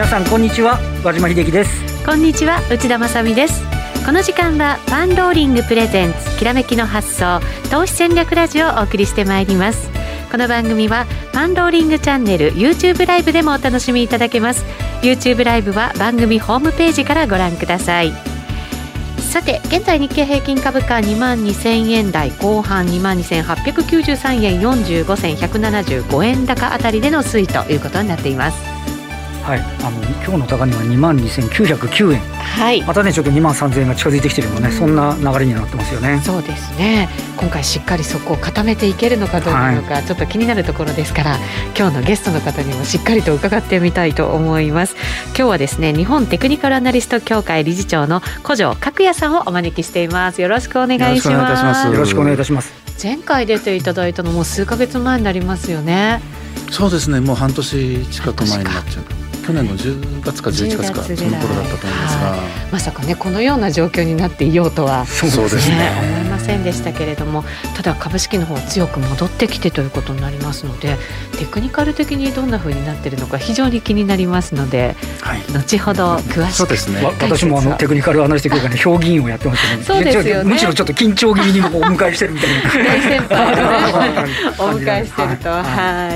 皆さんこんにちは、和島秀樹です。 こんにちは、内田まさみです。この時間はパンローリングプレゼンツきらめきの発想投資戦略ラジオをお送りしてまいります。この番組はパンローリングチャンネル YouTube ライブでもお楽しみいただけます。 YouTube ライブは番組ホームページからご覧ください。さて、現在日経平均株価22,000円台後半、22,893円45銭、175円高あたりでの推移ということになっています。 はい、今日の高値は 22,909 円、はい、またねちょっと 23,000 円が近づいてきているのね、そんな流れになってますよね。 そうですね。今回しっかりそこを固めていけるのかどうなのか、ちょっと気になるところですから、今日のゲストの方にもしっかりと伺ってみたいと思います。今日はですね、日本テクニカルアナリスト協会理事長の古城角也さんをお招きしています。よろしくお願いします。 よろしくお願いいたします。 前回出ていただいたのも数ヶ月前になりますよね。 そうですね、もう半年近く前になっちゃう。去年の10月か11月かその頃だったと思いますが、 まさかねこのような状況になっていようとは、 そうですね、 思いませんでしたけれども、ただ株式の方は強く戻ってきてということになりますので、テクニカル的にどんな風になっているのか非常に気になりますので、はい、後ほど詳しく。 そうですね、 私もテクニカルアナリスト協会の評議員をやってますので、 そうですよね、 むしろちょっと緊張気味にお迎えしてるみたいな大先輩をお迎えしてると、はい、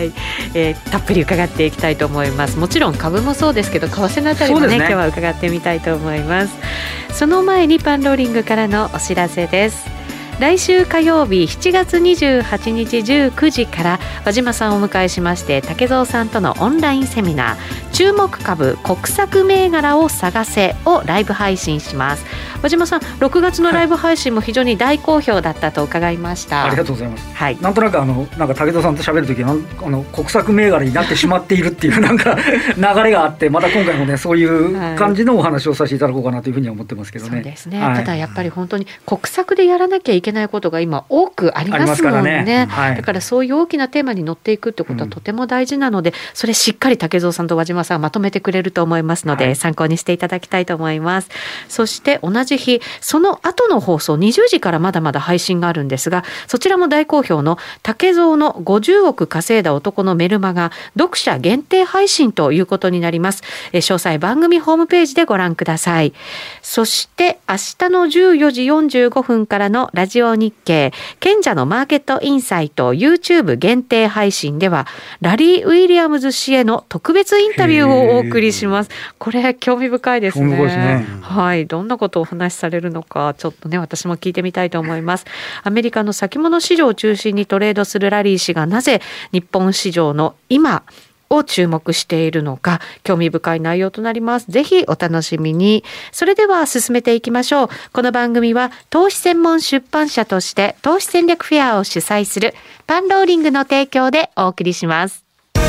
たっぷり伺っていきたいと思います。もちろん株もそうですけど、為替のあたりも ね、今日は伺ってみたいと思います。その前にパンローリングからのお知らせです。来週火曜日7月28日19時から和島さんをお迎えしまして、竹蔵さんとのオンラインセミナー注目株国策銘柄を探せをライブ配信します。和島さん、6月のライブ配信も非常に大好評だったと伺いました。 ありがとうございます、 はい、 なんとなくなんか竹蔵さんと喋るとき国策銘柄になってしまっているっていうなんか流れがあって、また今回もねそういう感じのお話をさせていただこうかなというふうには思ってますけどね。 そうですね、 はい、 ただやっぱり本当に国策でやらなきゃいけないことが今多くありますもん ね、はい、だからそういう大きなテーマに乗っていくってことはとても大事なので、それしっかり竹蔵さんと和島さんまとめてくれると思いますので、はい、参考にしていただきたいと思います。そして同じ日、その後の放送20時からまだまだ配信があるんですが、そちらも大好評の竹蔵の50億稼いだ男のメルマガ読者限定配信ということになります。詳細番組ホームページでご覧ください。そして明日の14時45分からのラジオ日経賢者のマーケットインサイト YouTube 限定配信では、ラリー・ウィリアムズ氏への特別インタビューをお送りします。これ興味深いです ね。はい、どんなことをお話しされるのか、ちょっとね私も聞いてみたいと思います。アメリカの先物市場を中心にトレードするラリー氏がなぜ日本市場の今を注目しているのか、興味深い内容となります。ぜひお楽しみに。それでは進めていきましょう。この番組は投資専門出版社として投資戦略フェアを主催するパンローリングの提供でお送りします。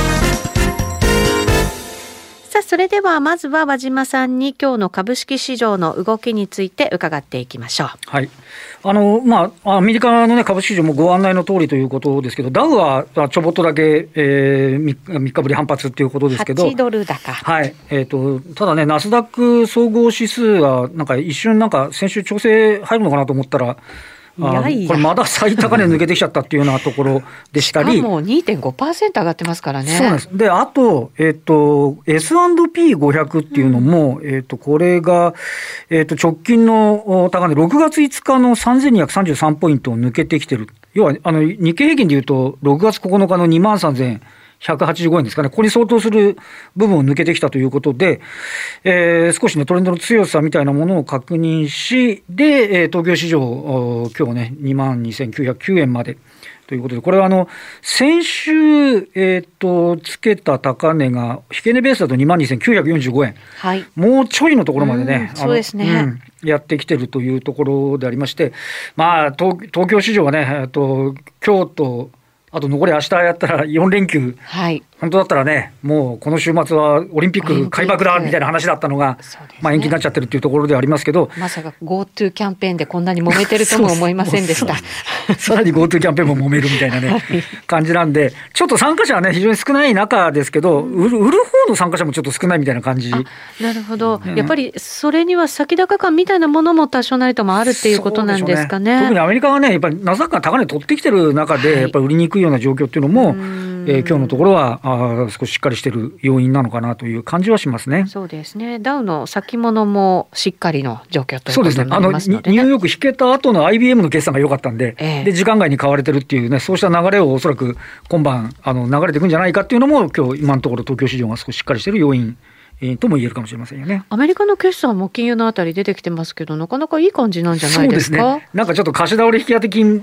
さあ、それではまずは和島さんに今日の株式市場の動きについて伺っていきましょう。 はい、アメリカの、ね、株式市場もご案内の通りということですけど、ダウはちょぼっとだけ、3日ぶり反発ということですけど、 8ドル高、 はい、ただね、ナスダック総合指数はなんか一瞬先週調整入るのかなと思ったら、これまだ最高値抜けてきちゃったっていうようなところでしたり、 しかも 2.5% 上がってますからね。 そうなんです。で、あと、S&P500 っていうのも、これが、直近の高値、6月5日の3233ポイントを抜けてきてる。要は、日経平均でいうと、6月9日の23,185円ですかね。ここに相当する部分を抜けてきたということで、少しね、トレンドの強さみたいなものを確認し、で、東京市場、今日ね、22,909 円までということで、これは先週、つけた高値が、引け値ベースだと 22,945 円。はい。もうちょいのところまでね、 そうですね。 やってきてるというところでありまして、東京市場はね、今日と、あと残り明日やったら4連休、はい、本当だったらね、もうこの週末はオリンピック開幕だみたいな話だったのが、延期になっちゃってるっていうところではありますけど、 まさか GoTo キャンペーンでこんなに揉めてるとも思いませんでしたさらに GoTo キャンペーンも揉めるみたいなね、はい、感じなんで、ちょっと参加者はね非常に少ない中ですけど、売る方の参加者もちょっと少ないみたいな感じ。 なるほど、やっぱりそれには先高感みたいなものも多少なりともあるっていうことなんですかね。 特にアメリカはね、やっぱりナスダックが高値取ってきてる中で、やっぱり売りにくいような状況っていうのも今日のところは少ししっかりしている要因なのかなという感じはしますね。 そうですね。ダウの先物もしっかりの状況ということになりますので、 ニューヨーク引けた後の IBM の決算が良かったんで、で時間外に買われてるっていうね、そうした流れをおそらく今晩流れていくんじゃないかっていうのも、今日今のところ東京市場が少ししっかりしている要因とも言えるかもしれませんよね。 アメリカの決算も金融のあたり出てきてますけど、なかなかいい感じなんじゃないですか。 そうですね。なんかちょっと貸し倒れ引き当て金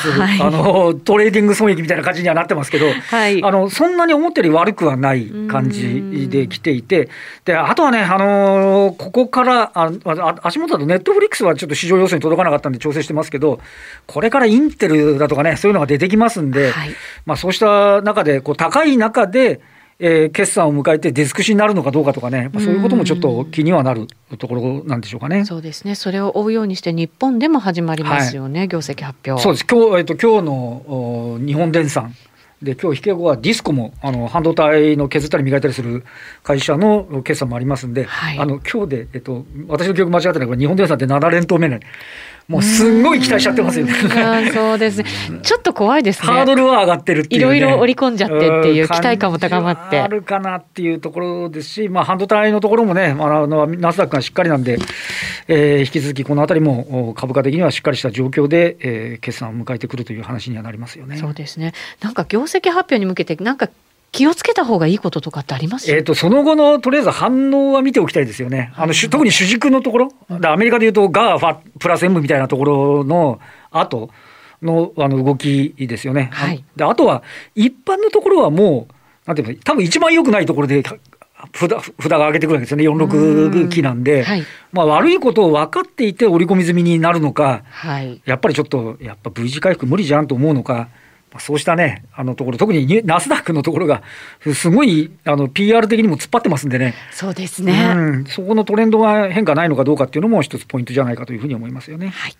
VS、トレーディング損益みたいな感じにはなってますけど、はい、そんなに思ったより悪くはない感じで来ていて、であとはね、ここから足元だとネットフリックスはちょっと市場予想に届かなかったんで調整してますけど、これからインテルだとかね、そういうのが出てきますんで、はい、そうした中で高い中で決算を迎えて出尽くしになるのかどうかとかね、そういうこともちょっと気にはなるところなんでしょうかね。 そうですね。それを追うようにして日本でも始まりますよね、はい、業績発表。 そうです。今日の日本電産で、今日引け後はディスコも半導体の削ったり磨いたりする会社の決算もありますんで、はい、今日で、私の記憶間違ってないから日本電産って7連投目ね、もうすんごい期待しちゃってますよね。 そうですね。ちょっと怖いですね。 ハードルは上がってるっていう、ね、 いろいろ織り込んじゃってっていう期待感も高まってあるかなっていうところですし、半導体のところもね、ナスダックがしっかりなんで、引き続きこのあたりも株価的にはしっかりした状況で、決算を迎えてくるという話にはなりますよね。 そうですね。なんか業績発表に向けてなんか気をつけた方がいいこととかってあります？ その後のとりあえず反応は見ておきたいですよね。特に主軸のところ、アメリカでいうとGAFAプラス M みたいなところの後の動きですよね。はい、であとは一般のところはもうなんていうの、多分一番良くないところで札が上げてくるわけですよね。46期なんで、はい、悪いことを分かっていて織り込み済みになるのか、はい、やっぱりちょっとV 字回復無理じゃんと思うのか、そうしたね、ところ、特にナスダックのところがすごいPR 的にも突っ張ってますんでね。 そうですね、 そこのトレンドが変化ないのかどうかっていうのも一つポイントじゃないかというふうに思いますよね。 はい、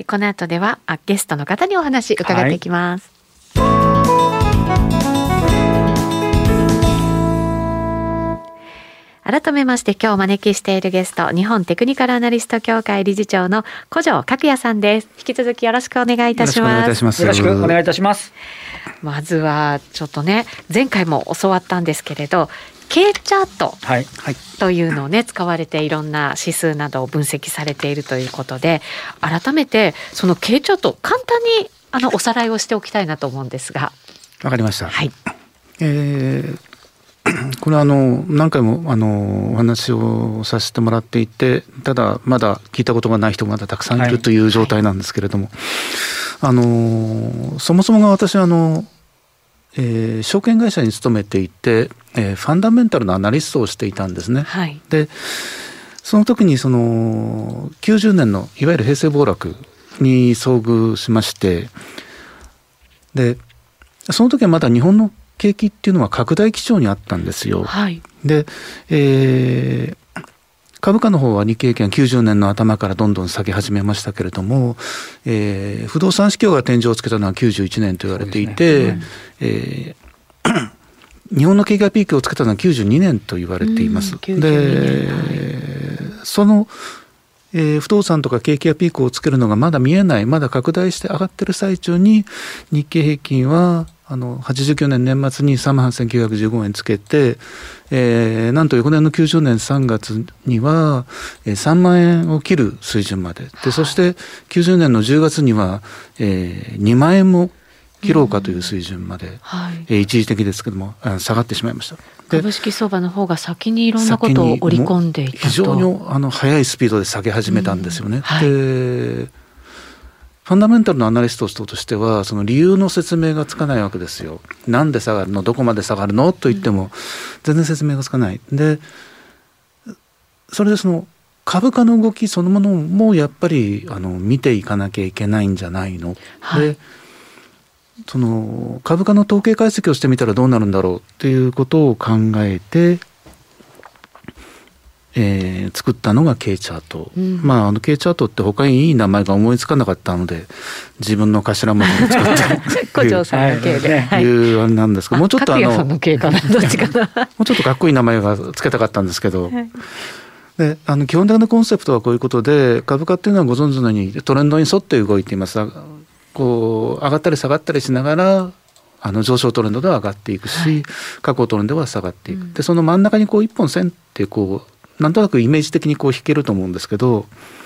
この後ではゲストの方にお話伺っていきます。改めまして今日お招きしているゲスト、日本テクニカルアナリスト協会理事長の古城角也さんです。引き続きよろしくお願いいたします。 よろしくお願いいたします。 まずはちょっとね、前回も教わったんですけれど、K チャートというのをね、使われていろんな指数などを分析されているということで、改めてその K チャート簡単におさらいをしておきたいなと思うんですが。 わかりました。 はい。 これは何回もお話をさせてもらっていて、ただまだ聞いたことがない人がまだたくさんいるという状態なんですけれども、はい、そもそもが私は証券会社に勤めていて、ファンダメンタルのアナリストをしていたんですね。はい、でその時に90年のいわゆる平成暴落に遭遇しまして、でその時はまだ日本の景気っていうのは拡大基調にあったんですよ。はい、で、株価の方は日経平均は90年の頭からどんどん下げ始めましたけれども、不動産市況が天井をつけたのは91年と言われていて、日本の景気がピークをつけたのは92年と言われています。で、その不動産とか景気がピークをつけるのがまだ見えない、まだ拡大して上がってる最中に日経平均は89年年末に38,915円つけて、なんと翌年の90年3月には3万円を切る水準までで、そして90年の10月には2万円も切ろうかという水準まで、一時的ですけども下がってしまいました。 株式相場の方が先にいろんなことを織り込んでいたと、 非常に速いスピードで下げ始めたんですよね。はい、でファンダメンタルのアナリストとしてはその理由の説明がつかないわけですよ。なんで下がるの、どこまで下がるのと言っても全然説明がつかない。でそれで株価の動きそのものもやっぱり見ていかなきゃいけないんじゃないの、はい、で株価の統計解析をしてみたらどうなるんだろうっていうことを考えて作ったのが K チャート、K チャートって他にいい名前が思いつかなかったので自分の頭文字を作った古城さんの K でいうあれなんですけど、もうちょっと角谷さんの K かな、どっちかなもうちょっとかっこいい名前がつけたかったんですけど、で基本的なコンセプトはこういうことで、株価っていうのはご存知のようにトレンドに沿って動いています。こう上がったり下がったりしながら上昇トレンドでは上がっていくし、下降トレンドは下がっていく。でその真ん中にこう一本線ってこうなんとなくイメージ的にこう引けると思うんですけど、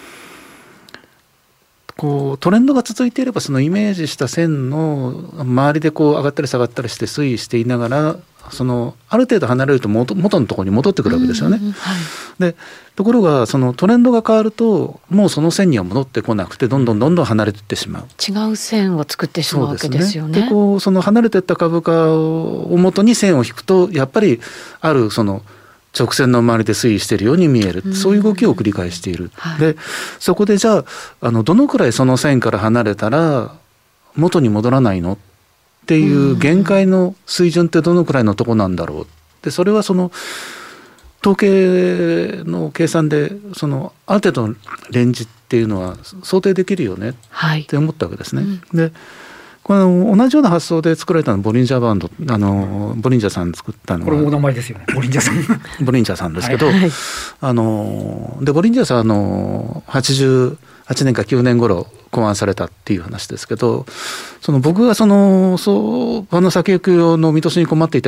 こうトレンドが続いていればそのイメージした線の周りでこう上がったり下がったりして推移していながら、そのある程度離れると元のところに戻ってくるわけですよね。でところがそのトレンドが変わるともうその線には戻ってこなくてどんどん離れていってしまう。 違う線を作ってしまうわけですよね。 でこうその離れていった株価を元に線を引くとやっぱりあるその直線の周りで推移しているように見える、そういう動きを繰り返している。でそこでじゃあどのくらいその線から離れたら元に戻らないのっていう限界の水準ってどのくらいのとこなんだろう。でそれはその統計の計算でそのある程度のレンジっていうのは想定できるよねって思ったわけですね。でこの同じような発想で作られたのはボリンジャーバンド、ボリンジャーさん作ったのはこれもお名前ですよね、ボリンジャーさんボリンジャーさんですけど、でボリンジャーさん88年か9年頃考案されたっていう話ですけど、その僕がその相場の先行きの見通しに困っていた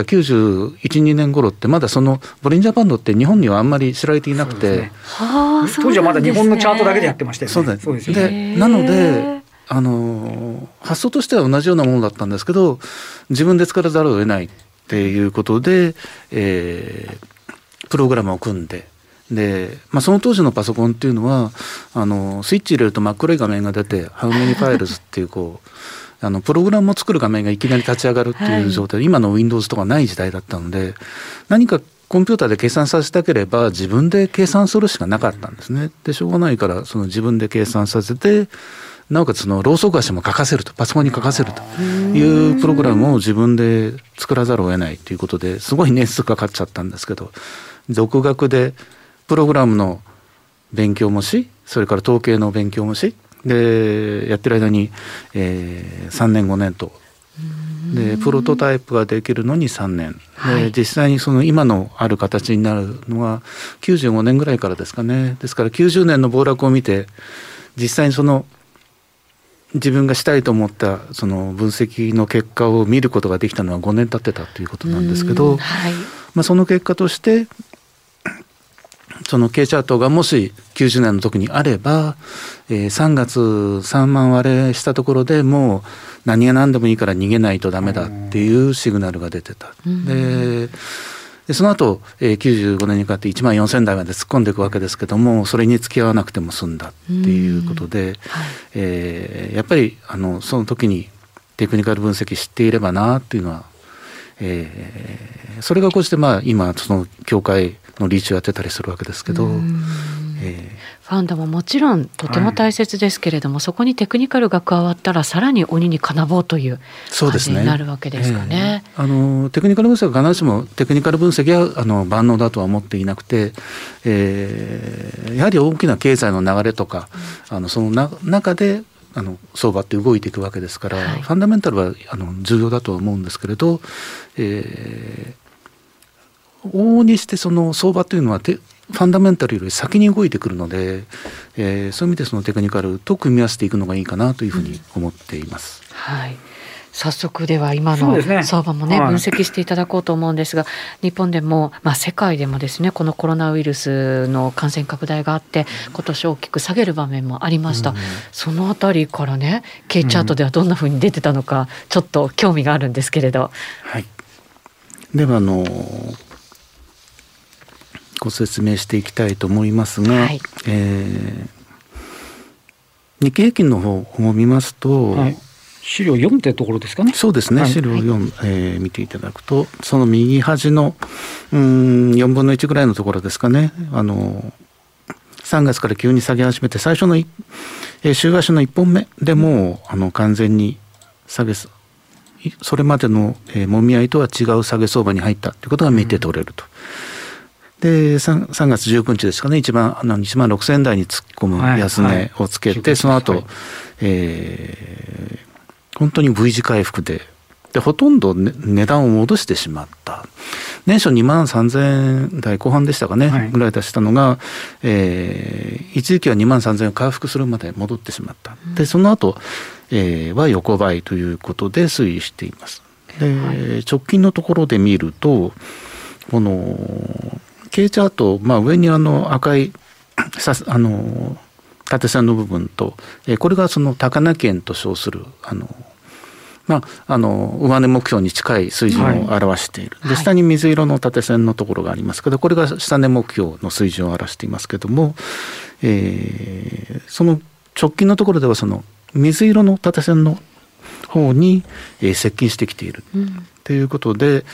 91、2年頃ってまだそのボリンジャーバンドって日本にはあんまり知られていなくて、 当時はまだ日本のチャートだけでやってましたよね。 そうですね。でなので発想としては同じようなものだったんですけど、自分で作らざるを得ないっていうことで、プログラムを組んで、で、その当時のパソコンっていうのはスイッチ入れると真っ黒い画面が出てHow many files っていうプログラムを作る画面がいきなり立ち上がるっていう状態で、今の Windows とかない時代だったので、何かコンピューターで計算させたければ自分で計算するしかなかったんですね。でしょうがないからその自分で計算させて、なおかつそのローソク足も書かせると、パソコンに書かせるというプログラムを自分で作らざるを得ないということですごい年数かかっちゃったんですけど、独学でプログラムの勉強もし、それから統計の勉強もし、でやってる間に、3年5年とでプロトタイプができるのに3年で、実際にその今のある形になるのは95年ぐらいからですかね。ですから90年の暴落を見て実際にその自分がしたいと思ったその分析の結果を見ることができたのは5年経ってたということなんですけど、その結果としてその K チャートがもし90年の時にあれば、3月3万割れしたところでもう何が何でもいいから逃げないとダメだっていうシグナルが出てた。でその後、95年にかって1万4000台まで突っ込んでいくわけですけども、それに付き合わなくても済んだっていうことで、やっぱりその時にテクニカル分析知っていればなっていうのは、それがこうして今その協会のリーチをやってたりするわけですけど、 ファンドももちろんとても大切ですけれども、そこにテクニカルが加わったらさらに鬼に金棒という感じになるわけですかね。 テクニカル分析は必ずしもテクニカル分析は万能だとは思っていなくて、やはり大きな経済の流れとかその中で相場って動いていくわけですから、ファンダメンタルは重要だとは思うんですけれど、往々にしてその相場というのはファンダメンタルより先に動いてくるので、そういう意味でそのテクニカルと組み合わせていくのがいいかなというふうに思っています。 早速では今の相場もね、分析していただこうと思うんですが、日本でも、世界でもですね、このコロナウイルスの感染拡大があって今年大きく下げる場面もありました。そのあたりからね K チャートではどんなふうに出てたのか、ちょっと興味があるんですけれど。 ではご説明していきたいと思いますが、日経平均の方を見ますと、 資料4ってところですかね。 そうですね、資料4、見ていただくとその右端の4分の1ぐらいのところですかね、3月から急に下げ始めて最初の週足の1本目でもう完全にそれまでのもみ合いとは違う下げ相場に入ったということが見て取れると。で 3月19日ですかね、1万6000台に突っ込む安値をつけて、その後、本当に V 字回復でほとんど、値段を戻してしまった。年初2万3000台後半でしたかね、ぐらい出したのが、一時期は2万3000を回復するまで戻ってしまった。でその後、は横ばいということで推移しています。 で、直近のところで見るとこのKチャート、上に赤い縦線の部分と、これがその高値圏と称する上値目標に近い水準を表している、で下に水色の縦線のところがありますけど、これが下値目標の水準を表していますけども、その直近のところではその水色の縦線の方に、接近してきているということで、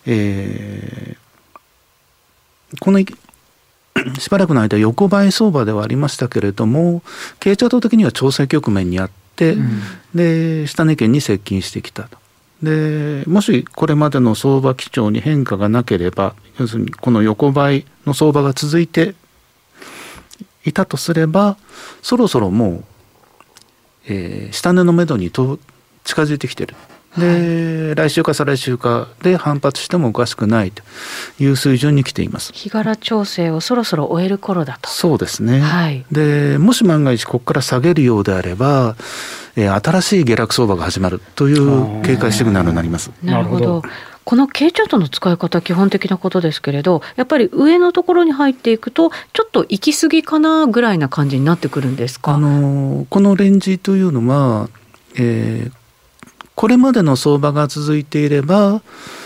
このしばらくの間横ばい相場ではありましたけれども、Kチャート的には調整局面にあって、で下値圏に接近してきたと。でもしこれまでの相場基調に変化がなければ、要するにこの横ばいの相場が続いていたとすれば、そろそろもう、下値の目処に近づいてきている。で、来週か再来週かで反発してもおかしくないという水準に来ています。 日柄調整をそろそろ終える頃だと。 そうですね、でもし万が一ここから下げるようであれば、新しい下落相場が始まるという警戒シグナルになります。 なるほど。このKチャートの使い方、基本的なことですけれど、やっぱり上のところに入っていくとちょっと行き過ぎかなぐらいな感じになってくるんですか。 このレンジというのは、これまでの相場が続いていれば、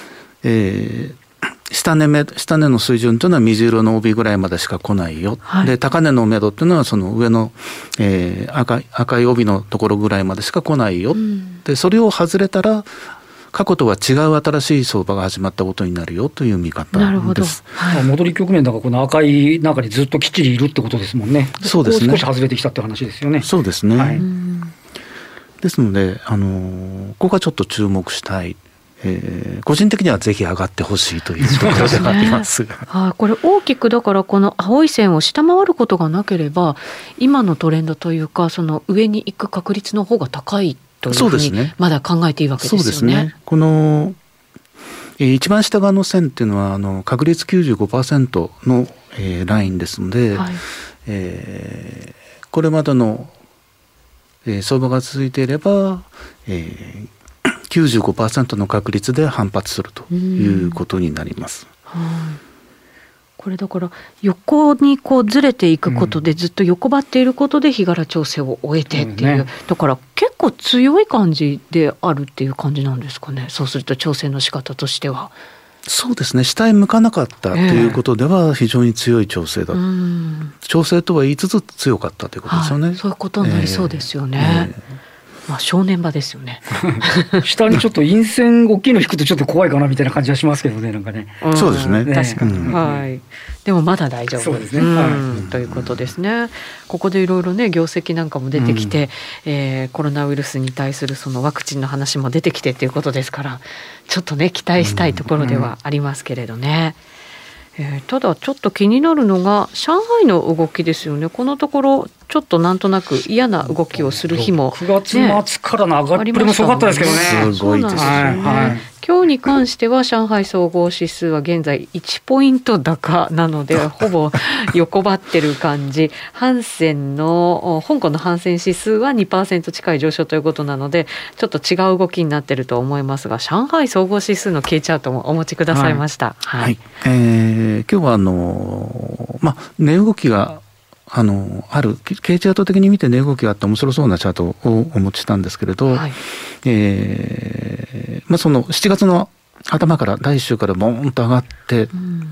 下値の水準というのは水色の帯ぐらいまでしか来ないよ、で高値の目処というのはその上の、赤い帯のところぐらいまでしか来ないよ、でそれを外れたら過去とは違う新しい相場が始まったことになるよという見方です。 なるほど、 戻り局面だからこの赤い中にずっときっちりいるってことですもんね。 そうですね。 少し外れてきたって話ですよね。 そうですね、ですので、ここはちょっと注目したい、個人的にはぜひ上がってほしいというところではありますが、 これ大きくだからこの青い線を下回ることがなければ今のトレンドというか、その上に行く確率の方が高いというふうにまだ考えていいわけですよね。 そうですね。この一番下側の線っていうのは確率 95% の、ラインですので、これまでの相場が続いていれば、95% の確率で反発するということになります。 これだから横にこうずれていくことで、ずっと横ばっていることで日柄調整を終えてっていう、だから結構強い感じであるっていう感じなんですかね。そうすると調整の仕方としては。 そうですね。下へ向かなかったということでは非常に強い調整だ、調整とは言いつつ強かったということですよね。 そういうことになりそうですよね。正念場ですよね。 下にちょっと陰線大きいの引くとちょっと怖いかなみたいな感じはしますけどね、なんかね。 そうですね。 確かに、でもまだ大丈夫。 そうですね。 ということですね。ここでいろいろね、業績なんかも出てきて、コロナウイルスに対するそのワクチンの話も出てきてということですから、ちょっとね期待したいところではありますけれどね。ただちょっと気になるのが上海の動きですよね。このところちょっとなんとなく嫌な動きをする日も、 9月末からの上がりっぷりもすごかったですけどね。 すごいですね。 今日に関しては上海総合指数は現在1ポイント高なのでほぼ横ばってる感じ。香港のハンセン指数は 2% 近い上昇ということなので、ちょっと違う動きになってると思いますが、上海総合指数の K チャートもお持ちくださいました。 今日は値動きがある K チャート的に見て値動きがあって面白そうなチャートをお持ちしたんですけれど、その7月の頭から第1週からボーンと上がって、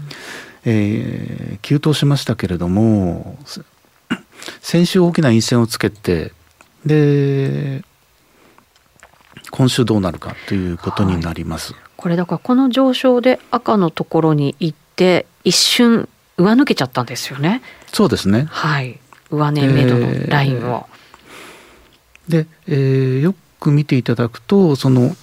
急騰しましたけれども、先週大きな陰線をつけて、で今週どうなるかということになります。 これだからこの上昇で赤のところに行って一瞬上抜けちゃったんですよね。 そうですね。 上値目処のラインを。 で、よく見ていただくと、その、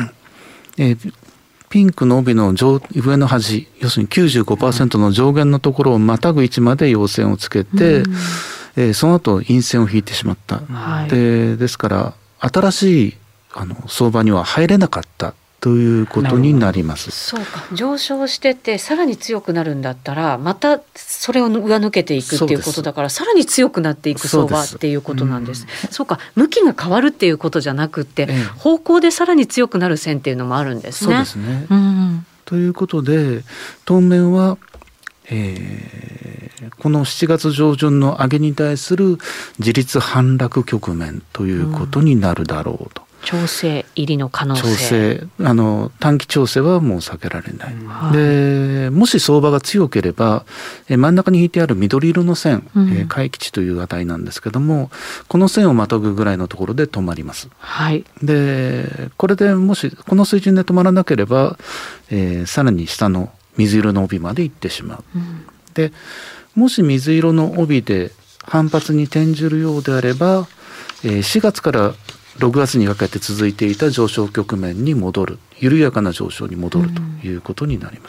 ピンクの帯の上の端、要するに 95% の上限のところをまたぐ位置まで陽線をつけて、その後陰線を引いてしまった。ですから新しい相場には入れなかったということになります。 そうか、上昇しててさらに強くなるんだったらまたそれを上抜けていくっていうことだから、さらに強くなっていく相場っていうことなんです。そうか、向きが変わるっていうことじゃなくて、方向でさらに強くなる線っていうのもあるんですね。 そうですね、ということで当面は、この7月上旬の上げに対する自立反落局面ということになるだろうと。 調整入りの可能性、 調整、短期調整はもう避けられない、でもし相場が強ければ真ん中に引いてある緑色の線、回帰値という値なんですけども、この線をまたぐぐらいのところで止まります、でこれでもしこの水準で止まらなければ、さらに下の水色の帯まで行ってしまう、でもし水色の帯で反発に転じるようであれば、4月から6月にかけて続いていた上昇局面に戻る、緩やかな上昇に戻るということになります、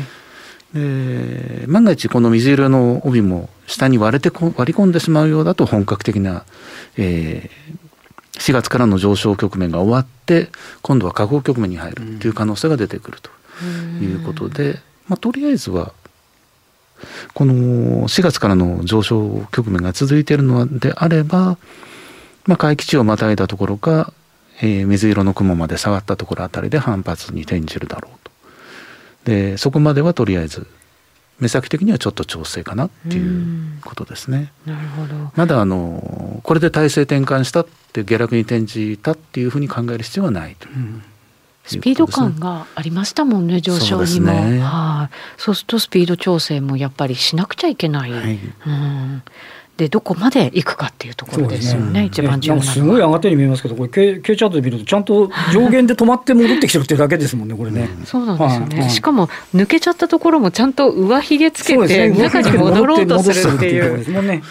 で万が一この水色の帯も下に割り込んでしまうようだと、本格的な、4月からの上昇局面が終わって今度は下降局面に入るという可能性が出てくるということで、とりあえずはこの4月からの上昇局面が続いているのであれば、回帰値をまたいだところか、水色の雲まで下がったところあたりで反発に転じるだろうと。でそこまではとりあえず目先的にはちょっと調整かなっていうことですね。 なるほど。 まだこれで体勢転換したって下落に転じたっていうふうに考える必要はないという、 スピード感がありましたもんね、上昇にも。そうするとスピード調整もやっぱりしなくちゃいけない、でどこまで行くかっていうところですよね、一番重要なのは。 すごい上がったように見えますけど、これ K チャートで見るとちゃんと上限で止まって戻ってきてるっていうだけですもんね、これね。 そうなんですよね、しかも抜けちゃったところもちゃんと上髭つけて中に戻ろうとするっていう、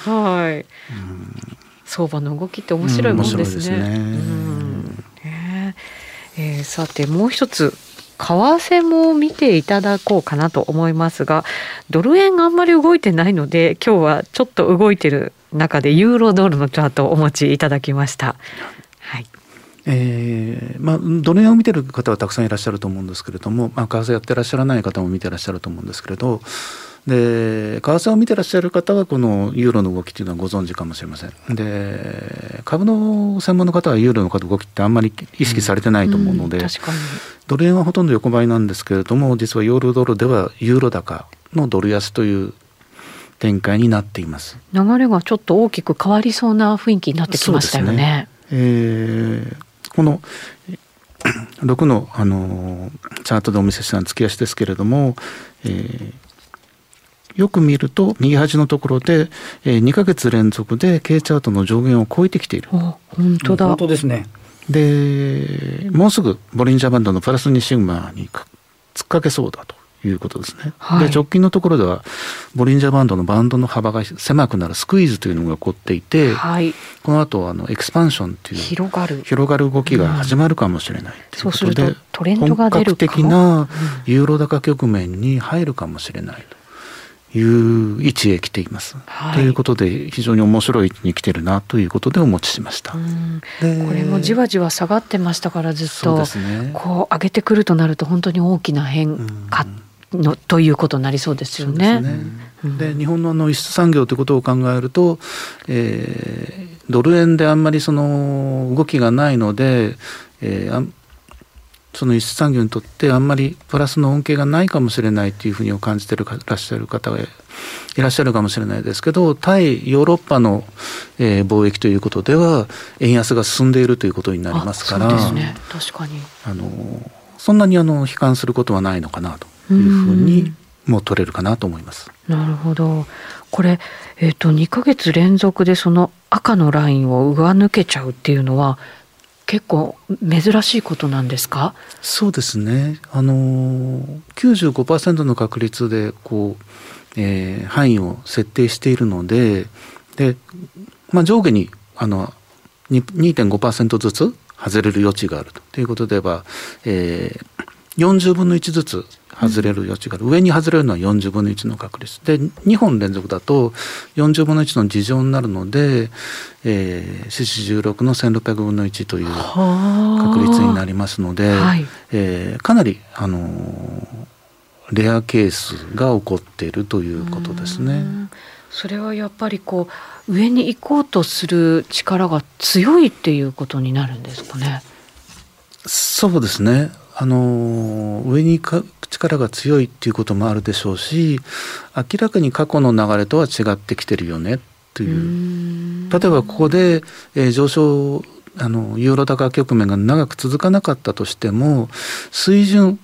相場の動きって面白いもんですね。さてもう一つ為替も見ていただこうかなと思いますが、ドル円があんまり動いてないので今日はちょっと動いてる中でユーロドルのチャートをお持ちいただきました。 ドル円を見てる方はたくさんいらっしゃると思うんですけれども、為替やってらっしゃらない方も見てらっしゃると思うんですけれど、で為替を見てらっしゃる方はこのユーロの動きというのはご存知かもしれません。で株の専門の方はユーロの動きってあんまり意識されてないと思うので、 確かにドル円はほとんど横ばいなんですけれども、実はユーロドルではユーロ高のドル安という展開になっています。 流れがちょっと大きく変わりそうな雰囲気になってきましたよね。 この6の、チャートでお見せした月足ですけれども、よく見ると右端のところで、2ヶ月連続で K チャートの上限を超えてきている。 本当だ。 本当ですね。 でもうすぐボリンジャーバンドのプラス2シグマに突っかけそうだということですね。で直近のところではボリンジャーバンドのバンドの幅が狭くなるスクイーズというのが起こっていて、この後エクスパンションという広がる動きが始まるかもしれないということで、 トレンドが出るかも、 本格的なユーロ高局面に入るかもしれないという位置へ来ています、ということで非常に面白い位置に来てるなということでお持ちしました。 これもじわじわ下がってましたからずっと、こう上げてくるとなると本当に大きな変化ということになりそうですよね。 で日本の輸出産業ということを考えると、ドル円であんまりその動きがないので、その輸出産業にとってあんまりプラスの恩恵がないかもしれないというふうに感じてらっしゃる方がいらっしゃるかもしれないですけど、対ヨーロッパの、貿易ということでは円安が進んでいるということになりますから、 そうですね、確かにそんなに悲観することはないのかなというふうにも取れるかなと思います。 なるほど。これ、2ヶ月連続でその赤のラインを上抜けちゃうっていうのは結構珍しいことなんですか？ そうですね。95% の確率で範囲を設定しているので、上下に2.5% ずつ外れる余地があるということでは、40分の1ずつ外れる余地がある、上に外れるのは40分の1の確率で、2本連続だと40分の1の2乗になるので、四四16の1600分の1という確率になりますので、はい、かなりレアケースが起こっているということですね。 それはやっぱりこう上に行こうとする力が強いっていうことになるんですかね。 そうですね、上に行く力が強いっていうこともあるでしょうし、明らかに過去の流れとは違ってきてるよねという、例えばここで、上昇ユーロ高局面が長く続かなかったとしても、水準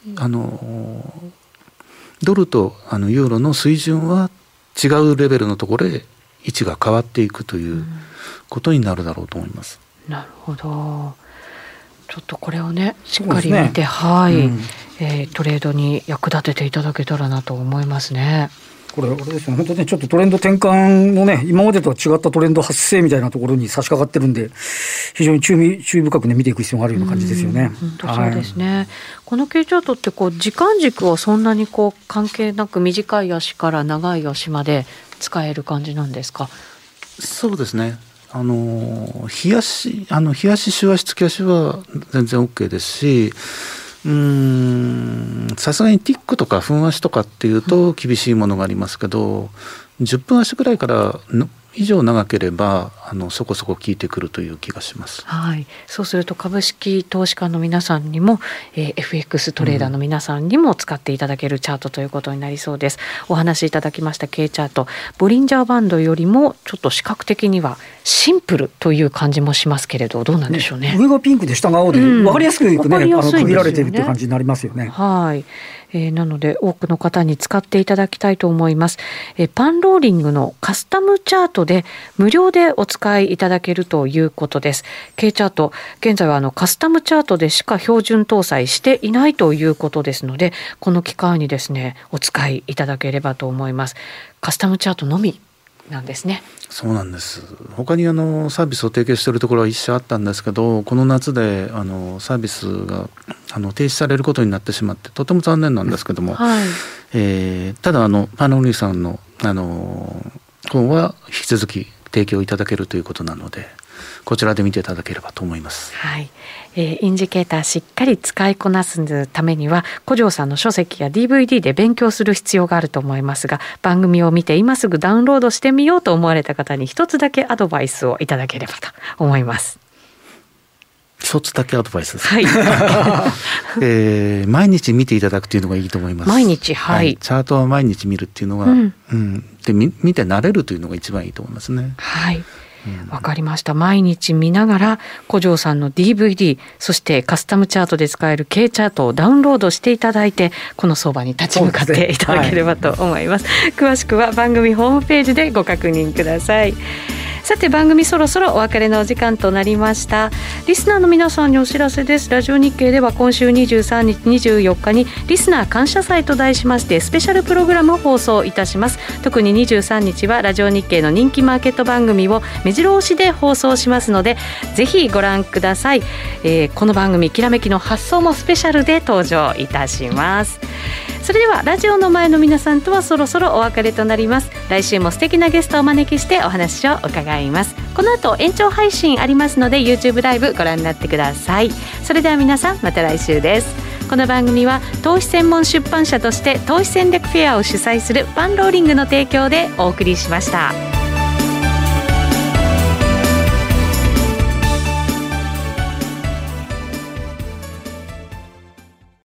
ドルとユーロの水準は違うレベルのところで位置が変わっていくということになるだろうと思います。 なるほど。ちょっとこれをねしっかり見て、はい、トレードに役立てていただけたらなと思いますね。 これですね、本当にちょっとトレンド転換のね、今までとは違ったトレンド発生みたいなところに差し掛かってるんで、非常に注意深くね見ていく必要があるような感じですよね。 本当そうですね、はい、このKチャートってこう時間軸はそんなにこう関係なく短い足から長い足まで使える感じなんですか。 そうですね、日足週足月足は全然 OK ですし、さすがにティックとか分足とかっていうと厳しいものがありますけど、10分足ぐらいから以上長ければそこそこ効いてくるという気がします。 はい、そうすると株式投資家の皆さんにも、FX トレーダーの皆さんにも使っていただけるチャートということになりそうです。お話しいただきました K チャート、ボリンジャーバンドよりもちょっと視覚的にはシンプルという感じもしますけれど、どうなんでしょうね。 上がピンクで下が青で、分かりやすく、ね、区切られているという感じになりますよね。 はい、なので多くの方に使っていただきたいと思います。パンローリングのカスタムチャートで無料でお使いいただけるということです。K チャート、現在はカスタムチャートでしか標準搭載していないということですので、この機会にですねお使いいただければと思います。カスタムチャートのみなんですね。 そうなんです。他にサービスを提供しているところは一社あったんですけど、この夏でサービスが停止されることになってしまって、とても残念なんですけども、はい、ただパンローリングさんの本は引き続き提供いただけるということなので、こちらで見ていただければと思います。 はい、インジケーターしっかり使いこなすためには古城さんの書籍や DVD で勉強する必要があると思いますが、番組を見て今すぐダウンロードしてみようと思われた方に一つだけアドバイスをいただければと思います。 一つだけアドバイスです、 はい毎日見ていただくというのがいいと思います。 毎日、はい、 チャートは毎日見るっていうのが、で見て慣れるというのが一番いいと思いますね。 はい、わかりました。毎日見ながら古城さんの DVD、 そしてカスタムチャートで使える K チャートをダウンロードしていただいて、この相場に立ち向かっていただければと思います。詳しくは番組ホームページでご確認ください。さて番組そろそろお別れのお時間となりました。リスナーの皆さんにお知らせです。ラジオ日経では今週23日24日にリスナー感謝祭と題しましてスペシャルプログラムを放送いたします。特に23日はラジオ日経の人気マーケット番組を目白押しで放送しますので、ぜひご覧ください。この番組きらめきの発想もスペシャルで登場いたします。それではラジオの前の皆さんとはそろそろお別れとなります。来週も素敵なゲストをお招きしてお話を伺います。この後延長配信ありますので YouTube ライブご覧になってください。それでは皆さんまた来週です。この番組は投資専門出版社として投資戦略フェアを主催するパンローリングの提供でお送りしました。